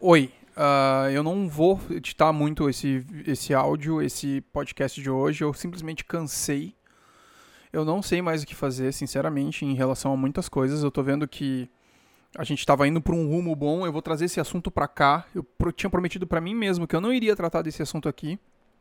Oi, eu não vou editar muito esse áudio, esse podcast de hoje, eu simplesmente cansei. Eu não sei mais o que fazer, sinceramente, em relação a muitas coisas. Eu tô vendo que a gente tava indo por um rumo bom, eu vou trazer esse assunto pra cá. Eu tinha prometido pra mim mesmo que eu não iria tratar desse assunto aqui.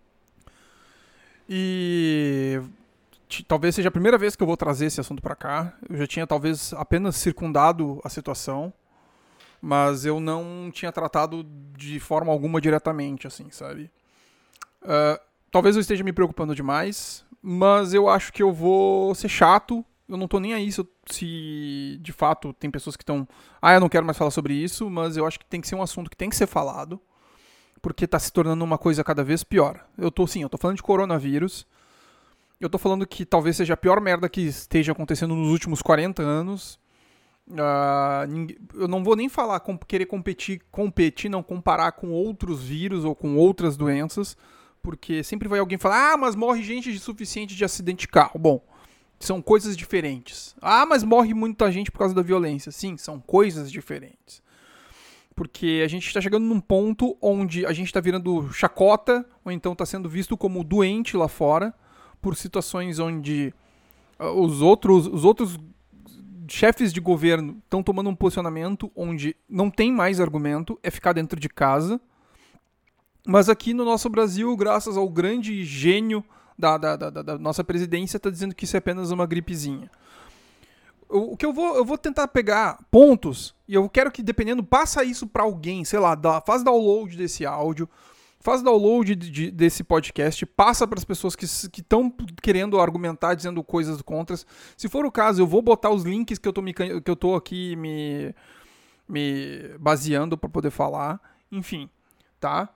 E talvez seja a primeira vez que eu vou trazer esse assunto pra cá. Eu já tinha talvez apenas circundado a situação, mas eu não tinha tratado de forma alguma diretamente, assim, sabe? Talvez eu esteja me preocupando demais, mas eu acho que eu vou ser chato. Eu não tô nem aí se de fato tem pessoas que estão... eu não quero mais falar sobre isso, mas eu acho que tem que ser um assunto que tem que ser falado, porque tá se tornando uma coisa cada vez pior. Eu tô falando de coronavírus, eu tô falando que talvez seja a pior merda que esteja acontecendo nos últimos 40 anos. Eu não vou nem falar querer competir, não comparar com outros vírus ou com outras doenças, porque sempre vai alguém falar, mas morre gente de suficiente de acidente de carro. Bom, são coisas diferentes. Mas morre muita gente por causa da violência. Sim, são coisas diferentes. Porque a gente está chegando num ponto onde a gente está virando chacota, ou então está sendo visto como doente lá fora, por situações onde os outros chefes de governo estão tomando um posicionamento onde não tem mais argumento, é ficar dentro de casa. Mas aqui no nosso Brasil, graças ao grande gênio da nossa presidência, está dizendo que isso é apenas uma gripezinha. Eu vou tentar pegar pontos, e eu quero que, dependendo, passa isso para alguém, sei lá, faz download desse áudio, faz download desse podcast, passa para as pessoas que estão querendo argumentar, dizendo coisas contras. Se for o caso, eu vou botar os links que eu tô aqui me baseando para poder falar. Enfim, tá?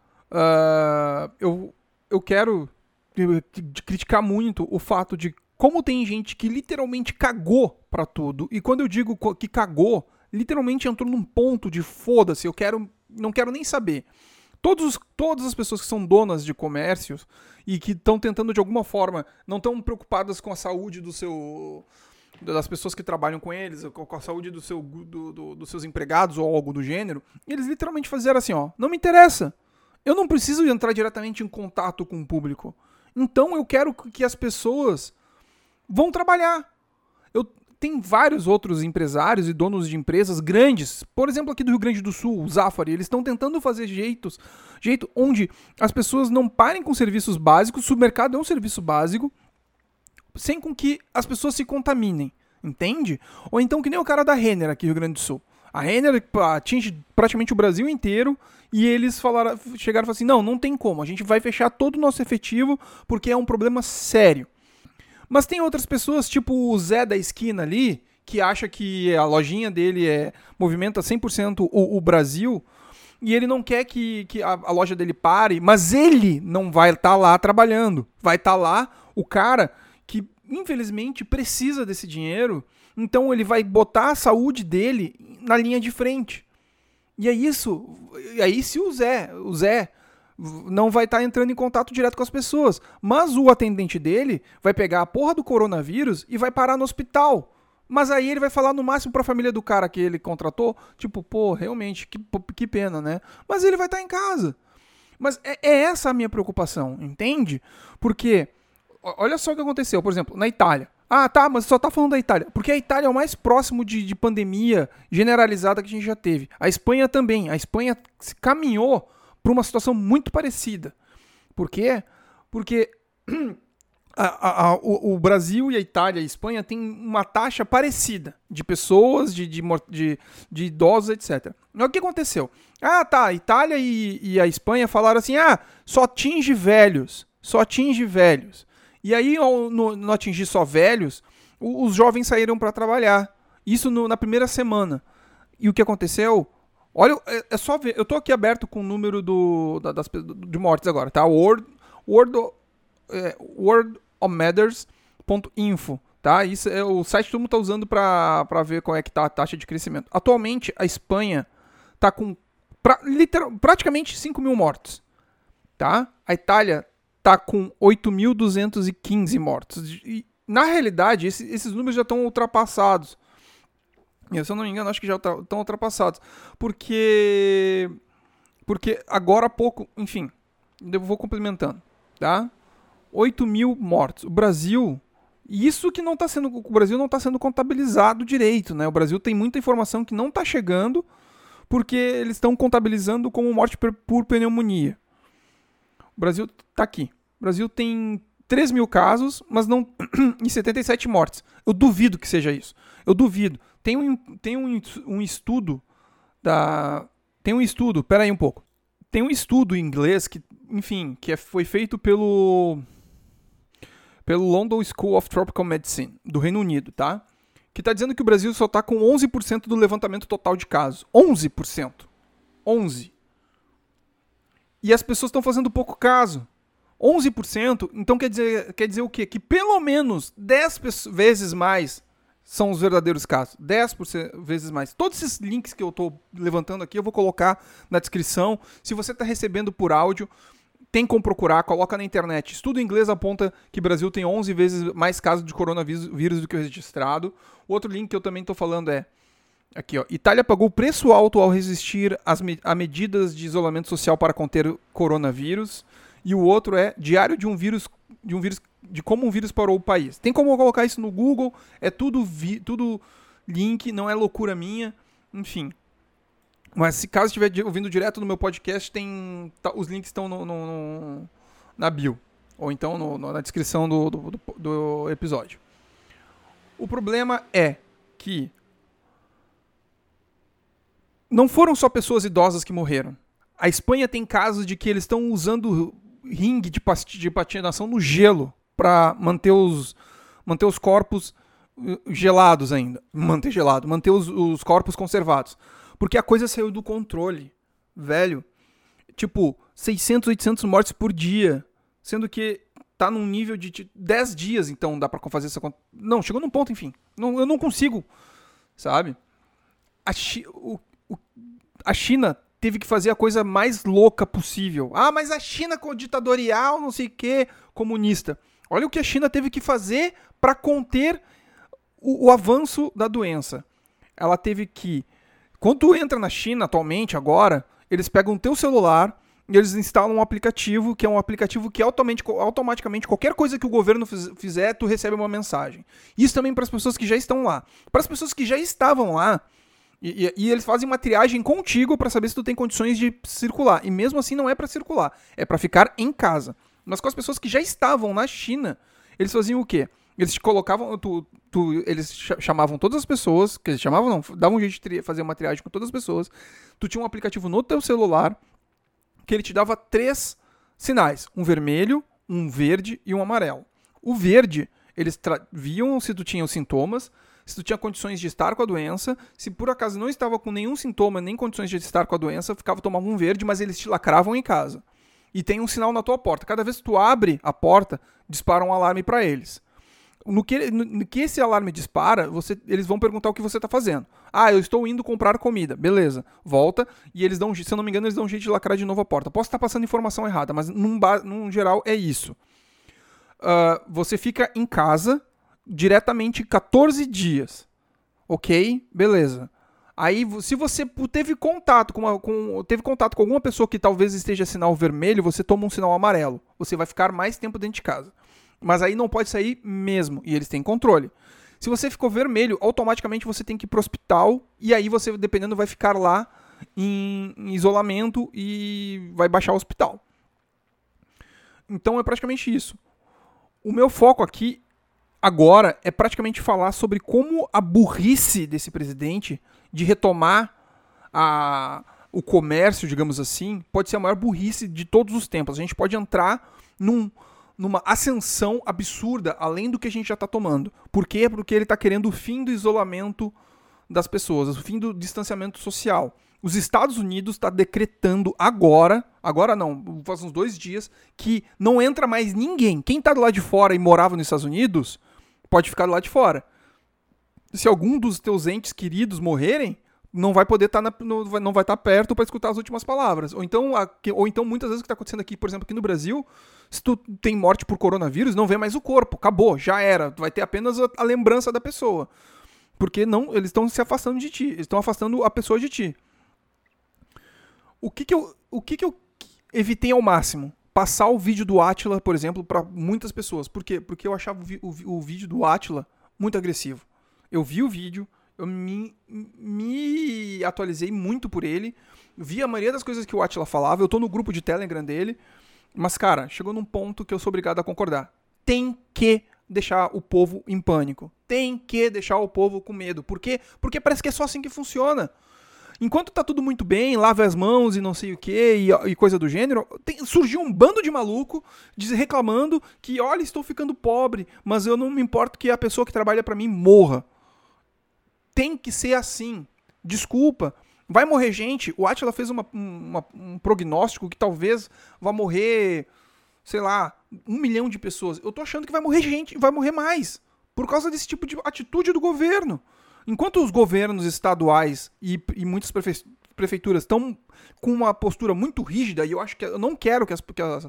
Eu quero criticar muito o fato de como tem gente que literalmente cagou para tudo. E quando eu digo que cagou, literalmente entrou num ponto de foda-se, não quero nem saber. Todas as pessoas que são donas de comércios e que estão tentando de alguma forma, não estão preocupadas com a saúde das pessoas que trabalham com eles, com a saúde dos seus empregados ou algo do gênero, eles literalmente fizeram assim, não me interessa. Eu não preciso entrar diretamente em contato com o público. Então eu quero que as pessoas vão trabalhar. Tem vários outros empresários e donos de empresas grandes, por exemplo, aqui do Rio Grande do Sul, o Zafari, eles estão tentando fazer jeito onde as pessoas não parem com serviços básicos, o supermercado é um serviço básico, sem com que as pessoas se contaminem, entende? Ou então que nem o cara da Renner aqui no Rio Grande do Sul. A Renner atinge praticamente o Brasil inteiro e eles chegaram e falaram assim, não tem como, a gente vai fechar todo o nosso efetivo porque é um problema sério. Mas tem outras pessoas, tipo o Zé da esquina ali, que acha que a lojinha dele movimenta 100% o Brasil, e ele não quer que a loja dele pare, mas ele não vai estar lá trabalhando. Vai estar lá o cara que, infelizmente, precisa desse dinheiro, então ele vai botar a saúde dele na linha de frente. E é isso. E aí se o Zé não vai estar entrando em contato direto com as pessoas. Mas o atendente dele vai pegar a porra do coronavírus e vai parar no hospital. Mas aí ele vai falar no máximo pra família do cara que ele contratou, tipo, realmente, que pena, né? Mas ele vai estar em casa. Mas é essa a minha preocupação, entende? Porque, olha só o que aconteceu, por exemplo, na Itália. Mas só tá falando da Itália. Porque a Itália é o mais próximo de pandemia generalizada que a gente já teve. A Espanha também. A Espanha se caminhou para uma situação muito parecida. Por quê? Porque o Brasil e a Itália e a Espanha têm uma taxa parecida de pessoas, de idosos, etc. Mas o que aconteceu? A Itália e a Espanha falaram assim, só atinge velhos. E aí, no atingir só velhos, os jovens saíram para trabalhar. Isso na primeira semana. E o que aconteceu? Olha, é só ver. Eu tô aqui aberto com o número de mortes agora, tá? worldometers.info, tá? Isso é o site que todo mundo tá usando pra ver qual é que tá a taxa de crescimento. Atualmente, a Espanha tá com praticamente 5 mil mortos, tá? A Itália tá com 8.215 mortos. E, na realidade, esses números já estão ultrapassados. Se eu não me engano, acho que já estão ultrapassados. Porque Porque agora há pouco, enfim, eu vou complementando, tá? 8 mil mortos. O Brasil... Isso que não está sendo... O Brasil não está sendo contabilizado direito, né? O Brasil tem muita informação que não está chegando porque eles estão contabilizando como morte por pneumonia. O Brasil está aqui. O Brasil tem 3 mil casos, mas não e 77 mortes. Eu duvido que seja isso. Eu duvido. Tem um estudo da... Tem um estudo... Pera aí um pouco. Tem um estudo em inglês que, enfim, foi feito pelo London School of Tropical Medicine, do Reino Unido, tá? Que tá dizendo que o Brasil só tá com 11% do levantamento total de casos. 11%. 11%. E as pessoas estão fazendo pouco caso. 11%, então quer dizer o quê? Que pelo menos 10 vezes mais são os verdadeiros casos. 10 vezes mais. Todos esses links que eu tô levantando aqui eu vou colocar na descrição. Se você tá recebendo por áudio... Tem como procurar, coloca na internet. Estudo inglês aponta que o Brasil tem 11 vezes mais casos de coronavírus do que o registrado. Outro link que eu também estou falando é... Aqui, ó. Itália pagou preço alto ao resistir a medidas de isolamento social para conter o coronavírus. E o outro é diário de como um vírus parou o país. Tem como colocar isso no Google. É tudo link, não é loucura minha. Enfim... Mas se caso estiver ouvindo direto no meu podcast, os links estão na bio. Ou então na descrição do episódio. O problema é que não foram só pessoas idosas que morreram. A Espanha tem casos de que eles estão usando ringue de patinação no gelo para manter os corpos gelados ainda. Manter os corpos conservados. Porque a coisa saiu do controle, velho. Tipo, 600, 800 mortes por dia. Sendo que tá num nível de 10 dias, então dá pra fazer essa conta. Não, chegou num ponto, enfim. Eu não consigo, sabe? A China teve que fazer a coisa mais louca possível. Ah, mas a China ditatorial, não sei o que, comunista. Olha o que a China teve que fazer pra conter o avanço da doença. Ela teve que... Quando tu entra na China atualmente, agora, eles pegam o teu celular e eles instalam um aplicativo, que é um aplicativo que automaticamente qualquer coisa que o governo fizer, tu recebe uma mensagem. Isso também para as pessoas que já estão lá. Para as pessoas que já estavam lá, e eles fazem uma triagem contigo para saber se tu tem condições de circular. E mesmo assim não é para circular, é para ficar em casa. Mas com as pessoas que já estavam na China, eles faziam o quê? Eles te colocavam, eles chamavam todas as pessoas, que eles chamavam não, davam um jeito de fazer uma triagem com todas as pessoas. Tu tinha um aplicativo no teu celular que ele te dava 3 sinais, um vermelho, um verde e um amarelo. O verde, eles viam se tu tinha os sintomas, se tu tinha condições de estar com a doença, se por acaso não estava com nenhum sintoma, nem condições de estar com a doença, tomavam um verde, mas eles te lacravam em casa. E tem um sinal na tua porta. Cada vez que tu abre a porta, dispara um alarme para eles. No que esse alarme dispara, eles vão perguntar o que você está fazendo. Ah, eu estou indo comprar comida. Beleza. Volta e eles dão, se eu não me engano, eles dão um jeito de lacrar de novo a porta. Posso estar passando informação errada, mas num geral é isso. Você fica em casa diretamente 14 dias. Ok? Beleza. Aí, se você teve contato com alguma pessoa que talvez esteja sinal vermelho, você toma um sinal amarelo. Você vai ficar mais tempo dentro de casa. Mas aí não pode sair mesmo, e eles têm controle. Se você ficou vermelho, automaticamente você tem que ir pro hospital, e aí você, dependendo, vai ficar lá em isolamento e vai baixar o hospital. Então é praticamente isso. O meu foco aqui, agora, é praticamente falar sobre como a burrice desse presidente de retomar o comércio, digamos assim, pode ser a maior burrice de todos os tempos. A gente pode entrar numa ascensão absurda, além do que a gente já está tomando. Por quê? Porque ele está querendo o fim do isolamento das pessoas, o fim do distanciamento social. Os Estados Unidos está decretando agora não, faz uns 2 dias, que não entra mais ninguém. Quem está do lado de fora e morava nos Estados Unidos, pode ficar do lado de fora. Se algum dos teus entes queridos morrerem, não vai poder estar não vai estar perto para escutar as últimas palavras. Ou então muitas vezes o que está acontecendo aqui, por exemplo, aqui no Brasil, se tu tem morte por coronavírus, não vê mais o corpo, acabou, já era, vai ter apenas a lembrança da pessoa. Porque eles estão se afastando de ti, eles estão afastando a pessoa de ti. O que que eu evitei ao máximo? Passar o vídeo do Átila, por exemplo, para muitas pessoas. Por quê? Porque eu achava o vídeo do Átila muito agressivo. Eu vi o vídeo, eu me atualizei muito por ele, vi a maioria das coisas que o Átila falava, eu tô no grupo de Telegram dele, mas, cara, chegou num ponto que eu sou obrigado a concordar. Tem que deixar o povo em pânico. Tem que deixar o povo com medo. Por quê? Porque parece que é só assim que funciona. Enquanto tá tudo muito bem, lave as mãos e não sei o que, e coisa do gênero, surgiu um bando de maluco reclamando que, olha, estou ficando pobre, mas eu não me importo que a pessoa que trabalha pra mim morra. Tem que ser assim. Desculpa. Vai morrer gente. O Átila fez um prognóstico que talvez vá morrer, sei lá, 1 milhão de pessoas. Eu tô achando que vai morrer gente, vai morrer mais. Por causa desse tipo de atitude do governo. Enquanto os governos estaduais e muitas prefeituras estão com uma postura muito rígida, e eu acho que eu não quero que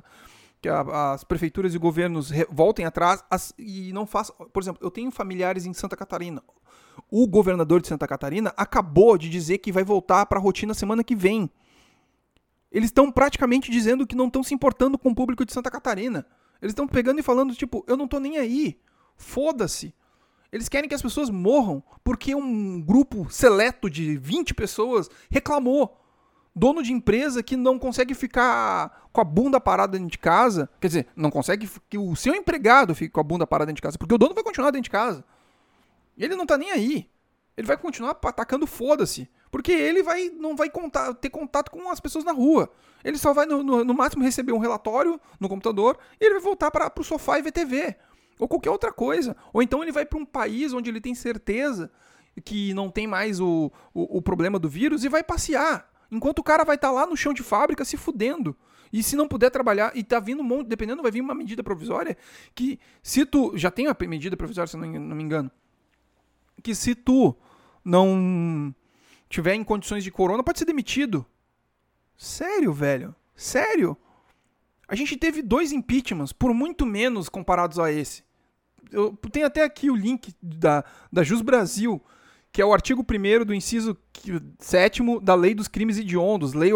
as prefeituras e governos voltem atrás e não façam... Por exemplo, eu tenho familiares em Santa Catarina. O governador de Santa Catarina acabou de dizer que vai voltar para a rotina semana que vem. Eles estão praticamente dizendo que não estão se importando com o público de Santa Catarina. Eles estão pegando e falando, tipo, eu não tô nem aí. Foda-se. Eles querem que as pessoas morram porque um grupo seleto de 20 pessoas reclamou. Dono de empresa que não consegue ficar com a bunda parada dentro de casa. Quer dizer, não consegue que o seu empregado fique com a bunda parada dentro de casa. Porque o dono vai continuar dentro de casa. Ele não tá nem aí. Ele vai continuar atacando foda-se. Porque ele não vai ter contato com as pessoas na rua. Ele só vai, no máximo, receber um relatório no computador e ele vai voltar pro sofá e ver TV. Ou qualquer outra coisa. Ou então ele vai para um país onde ele tem certeza que não tem mais o problema do vírus e vai passear. Enquanto o cara vai estar lá no chão de fábrica se fudendo. E se não puder trabalhar, e tá vindo um monte, dependendo, vai vir uma medida provisória que se tu... Já tem a medida provisória, se eu não me engano. Que se tu não tiver em condições de corona, pode ser demitido. Sério, velho? Sério? A gente teve 2 impeachments, por muito menos comparados a esse. Eu tenho até aqui o link da Jus Brasil, que é o artigo 1º do inciso 7º da Lei dos Crimes Hediondos, Lei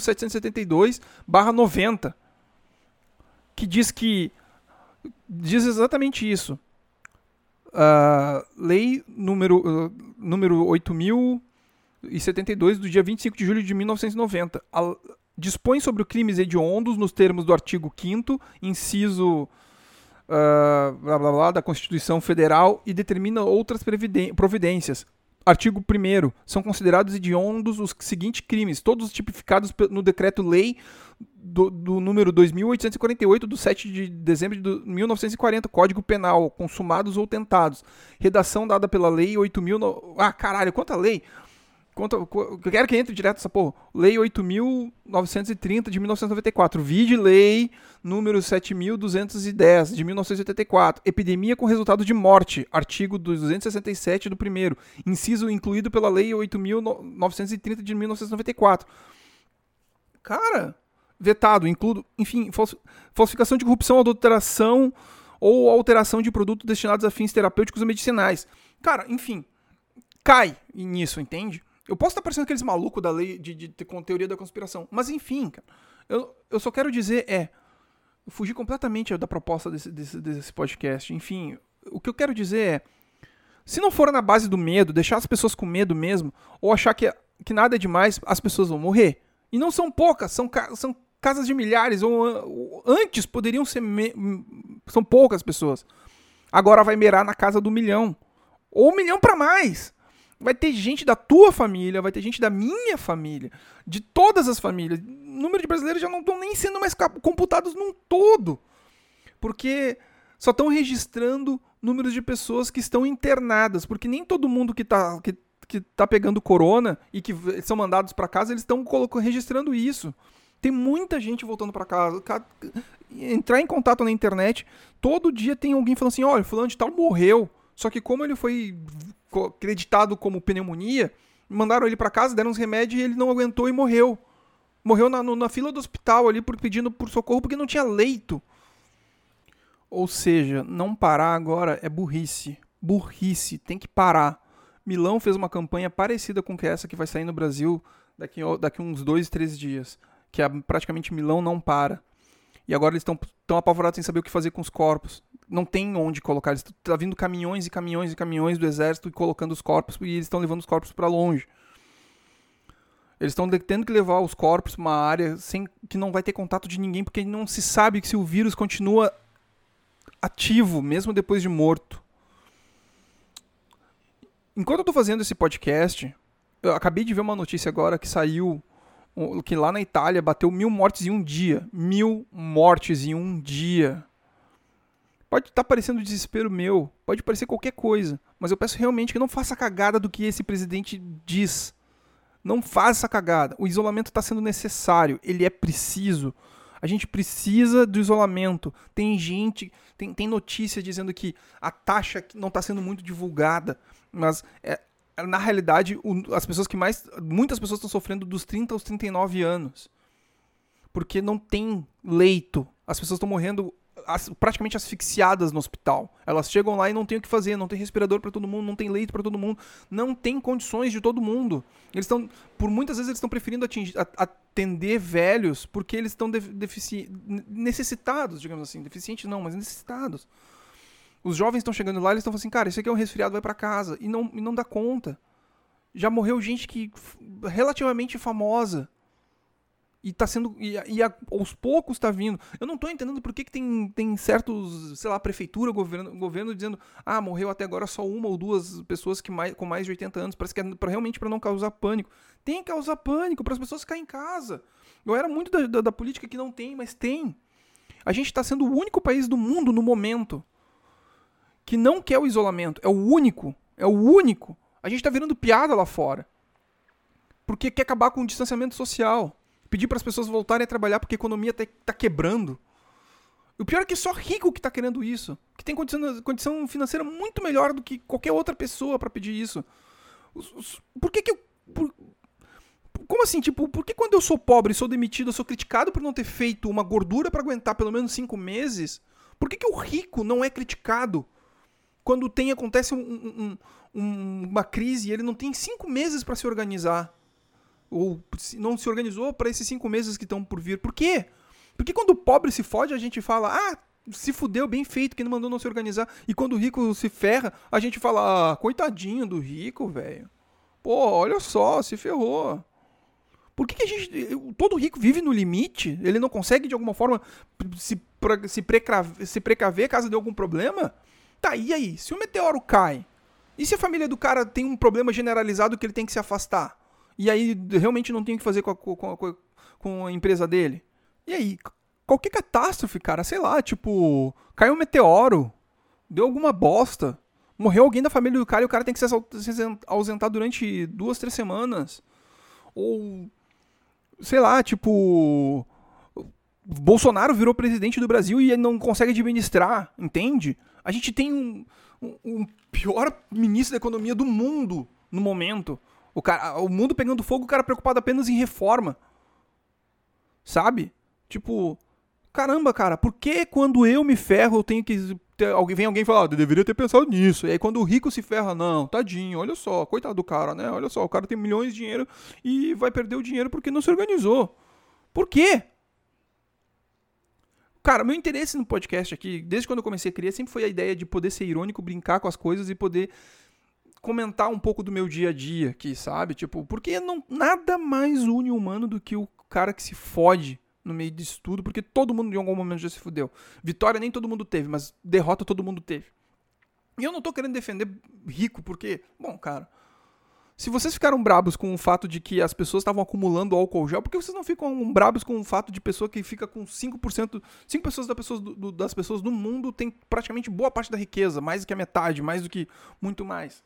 8.772/90, que diz exatamente isso. Lei número 8.072 do dia 25 de julho de 1990. Dispõe sobre os crimes hediondos nos termos do artigo 5º, inciso blá, blá, blá, da Constituição Federal e determina outras providências. Artigo 1º. São considerados hediondos os seguintes crimes, todos tipificados no Decreto-Lei do número 2.848, do 7 de dezembro de 1940, Código Penal, consumados ou tentados. Redação dada pela Lei 8.000... Ah, caralho, quanta lei? Eu quero que entre direto essa porra. Lei 8.930 de 1994. Vide Lei número 7.210 de 1984. Epidemia com resultado de morte. Artigo 267 do 1º. Inciso incluído pela Lei 8.930 de 1994. Cara, vetado, includo, enfim, falsificação de corrupção, adulteração ou alteração de produtos destinados a fins terapêuticos ou medicinais. Cara, enfim, cai nisso, entende? Eu posso estar parecendo aqueles malucos da lei com teoria da conspiração, mas enfim, cara, eu só quero dizer eu fugi completamente da proposta desse podcast. Enfim, o que eu quero dizer é, se não for na base do medo, deixar as pessoas com medo mesmo, ou achar que nada é demais, as pessoas vão morrer. E não são poucas, são casas de milhares, ou antes poderiam ser... São poucas pessoas. Agora vai mirar na casa do 1 milhão. Ou 1 milhão para mais. Vai ter gente da tua família, vai ter gente da minha família, de todas as famílias. O número de brasileiros já não estão nem sendo mais computados num todo. Porque só estão registrando números de pessoas que estão internadas. Porque nem todo mundo que tá pegando corona e que são mandados para casa, eles estão registrando isso. Tem muita gente voltando para casa. Entrar em contato na internet, todo dia tem alguém falando assim, olha, fulano de tal morreu. Só que como ele foi acreditado como pneumonia, mandaram ele para casa, deram uns remédios e ele não aguentou e morreu. Morreu na fila do hospital ali pedindo por socorro porque não tinha leito. Ou seja, não parar agora é burrice. Burrice, tem que parar. Milão fez uma campanha parecida com essa que vai sair no Brasil daqui uns 2, 3 dias. Que praticamente Milão não para. E agora eles estão apavorados sem saber o que fazer com os corpos. Não tem onde colocar. Tá vindo caminhões e caminhões e caminhões do exército e colocando os corpos. E eles estão levando os corpos para longe. Eles estão tendo que levar os corpos para uma área que não vai ter contato de ninguém, porque não se sabe se o vírus continua ativo, mesmo depois de morto. Enquanto eu tô fazendo esse podcast, eu acabei de ver uma notícia agora que saiu, que lá na Itália bateu 1.000 mortes em um dia. 1.000 mortes em um dia. Pode estar parecendo desespero meu, pode parecer qualquer coisa, mas eu peço realmente que não faça a cagada do que esse presidente diz. Não faça essa cagada. O isolamento está sendo necessário, ele é preciso. A gente precisa do isolamento. Tem notícia dizendo que a taxa não está sendo muito divulgada, mas na realidade muitas pessoas estão sofrendo dos 30 aos 39 anos. Porque não tem leito. As pessoas estão morrendo praticamente asfixiadas no hospital. Elas chegam lá e não tem o que fazer, não tem respirador para todo mundo, não tem leito para todo mundo, não tem condições de todo mundo. Por muitas vezes eles estão preferindo atender velhos porque eles estão necessitados, digamos assim, deficientes não, mas necessitados. Os jovens estão chegando lá e eles estão falando assim, cara, isso aqui é um resfriado, vai para casa, e não dá conta. Já morreu gente que relativamente famosa. E tá sendo. E aos poucos tá vindo. Eu não tô entendendo por que tem certos, sei lá, prefeitura, governo dizendo, morreu até agora só 1 ou 2 pessoas com mais de 80 anos. Parece que é realmente pra não causar pânico. Tem que causar pânico para as pessoas ficarem em casa. Eu era muito da política que não tem, mas tem. A gente tá sendo o único país do mundo no momento que não quer o isolamento. É o único. É o único. A gente tá virando piada lá fora. Porque quer acabar com o distanciamento social. Pedir para as pessoas voltarem a trabalhar porque a economia tá quebrando. O pior é que só rico que tá querendo isso. Que tem condição financeira muito melhor do que qualquer outra pessoa para pedir isso. Por que eu... Como assim? Tipo, por que quando eu sou pobre e sou demitido, eu sou criticado por não ter feito uma gordura para aguentar pelo menos 5 meses? Por que o rico não é criticado quando acontece uma crise e ele não tem 5 meses para se organizar? Ou não se organizou para esses 5 meses que estão por vir. Por quê? Porque quando o pobre se fode, a gente fala, se fudeu, bem feito, que não mandou não se organizar. E quando o rico se ferra, a gente fala, coitadinho do rico, velho. Pô, olha só, se ferrou. Por que todo rico vive no limite? Ele não consegue, de alguma forma, se precaver caso dê algum problema? Tá, e aí? Se o meteoro cai, e se a família do cara tem um problema generalizado que ele tem que se afastar? E aí realmente não tem o que fazer com a empresa dele? E aí? Qualquer catástrofe, cara, sei lá, tipo, caiu um meteoro, deu alguma bosta, morreu alguém da família do cara e o cara tem que se ausentar durante 2, 3 semanas. Ou, sei lá, tipo, Bolsonaro virou presidente do Brasil e ele não consegue administrar, entende? A gente tem um pior ministro da economia do mundo no momento. O mundo pegando fogo, o cara preocupado apenas em reforma. Sabe? Tipo, caramba, cara, por que quando eu me ferro eu tenho que... Vem alguém falar, deveria ter pensado nisso. E aí quando o rico se ferra, não, tadinho, olha só, coitado do cara, né? Olha só, o cara tem milhões de dinheiro e vai perder o dinheiro porque não se organizou. Por quê? Cara, meu interesse no podcast aqui, desde quando eu comecei a criar, sempre foi a ideia de poder ser irônico, brincar com as coisas e poder comentar um pouco do meu dia a dia aqui, sabe? Tipo, porque nada mais une o humano do que o cara que se fode no meio disso tudo, porque todo mundo em algum momento já se fudeu. Vitória nem todo mundo teve, mas derrota todo mundo teve. E eu não tô querendo defender rico, porque, bom, cara, se vocês ficaram brabos com o fato de que as pessoas estavam acumulando álcool gel, por que vocês não ficam brabos com o fato de pessoa que fica com 5%, 5% das pessoas do mundo tem praticamente boa parte da riqueza, mais do que a metade, mais do que muito mais?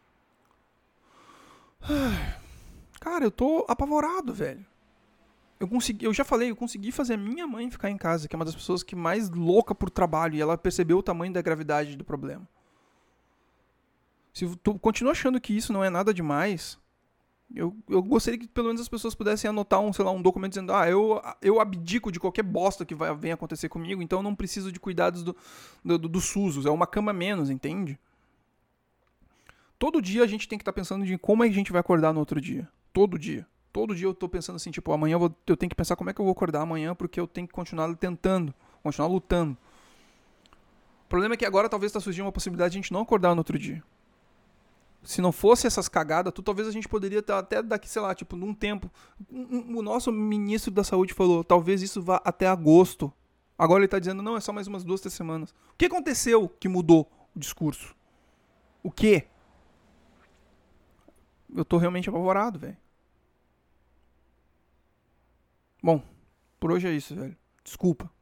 Cara, eu tô apavorado, velho. Eu já falei, eu consegui fazer a minha mãe ficar em casa, que é uma das pessoas que mais louca por trabalho, e ela percebeu o tamanho da gravidade do problema. Se tu continua achando que isso não é nada demais, eu gostaria que pelo menos as pessoas pudessem anotar um documento dizendo, eu abdico de qualquer bosta que venha acontecer comigo, então eu não preciso de cuidados do SUS, é uma cama menos, entende? Todo dia a gente tem que estar pensando em como a gente vai acordar no outro dia. Todo dia. Todo dia eu tô pensando assim, tipo, amanhã eu tenho que pensar como é que eu vou acordar amanhã, porque eu tenho que continuar tentando, continuar lutando. O problema é que agora talvez tá surgindo uma possibilidade de a gente não acordar no outro dia. Se não fosse essas cagadas, talvez a gente poderia estar até daqui, sei lá, tipo, num tempo. O nosso ministro da saúde falou, talvez isso vá até agosto. Agora ele tá dizendo, não, é só mais umas 2, 3 semanas. O que aconteceu que mudou o discurso? O quê? Eu tô realmente apavorado, velho. Bom, por hoje é isso, velho. Desculpa.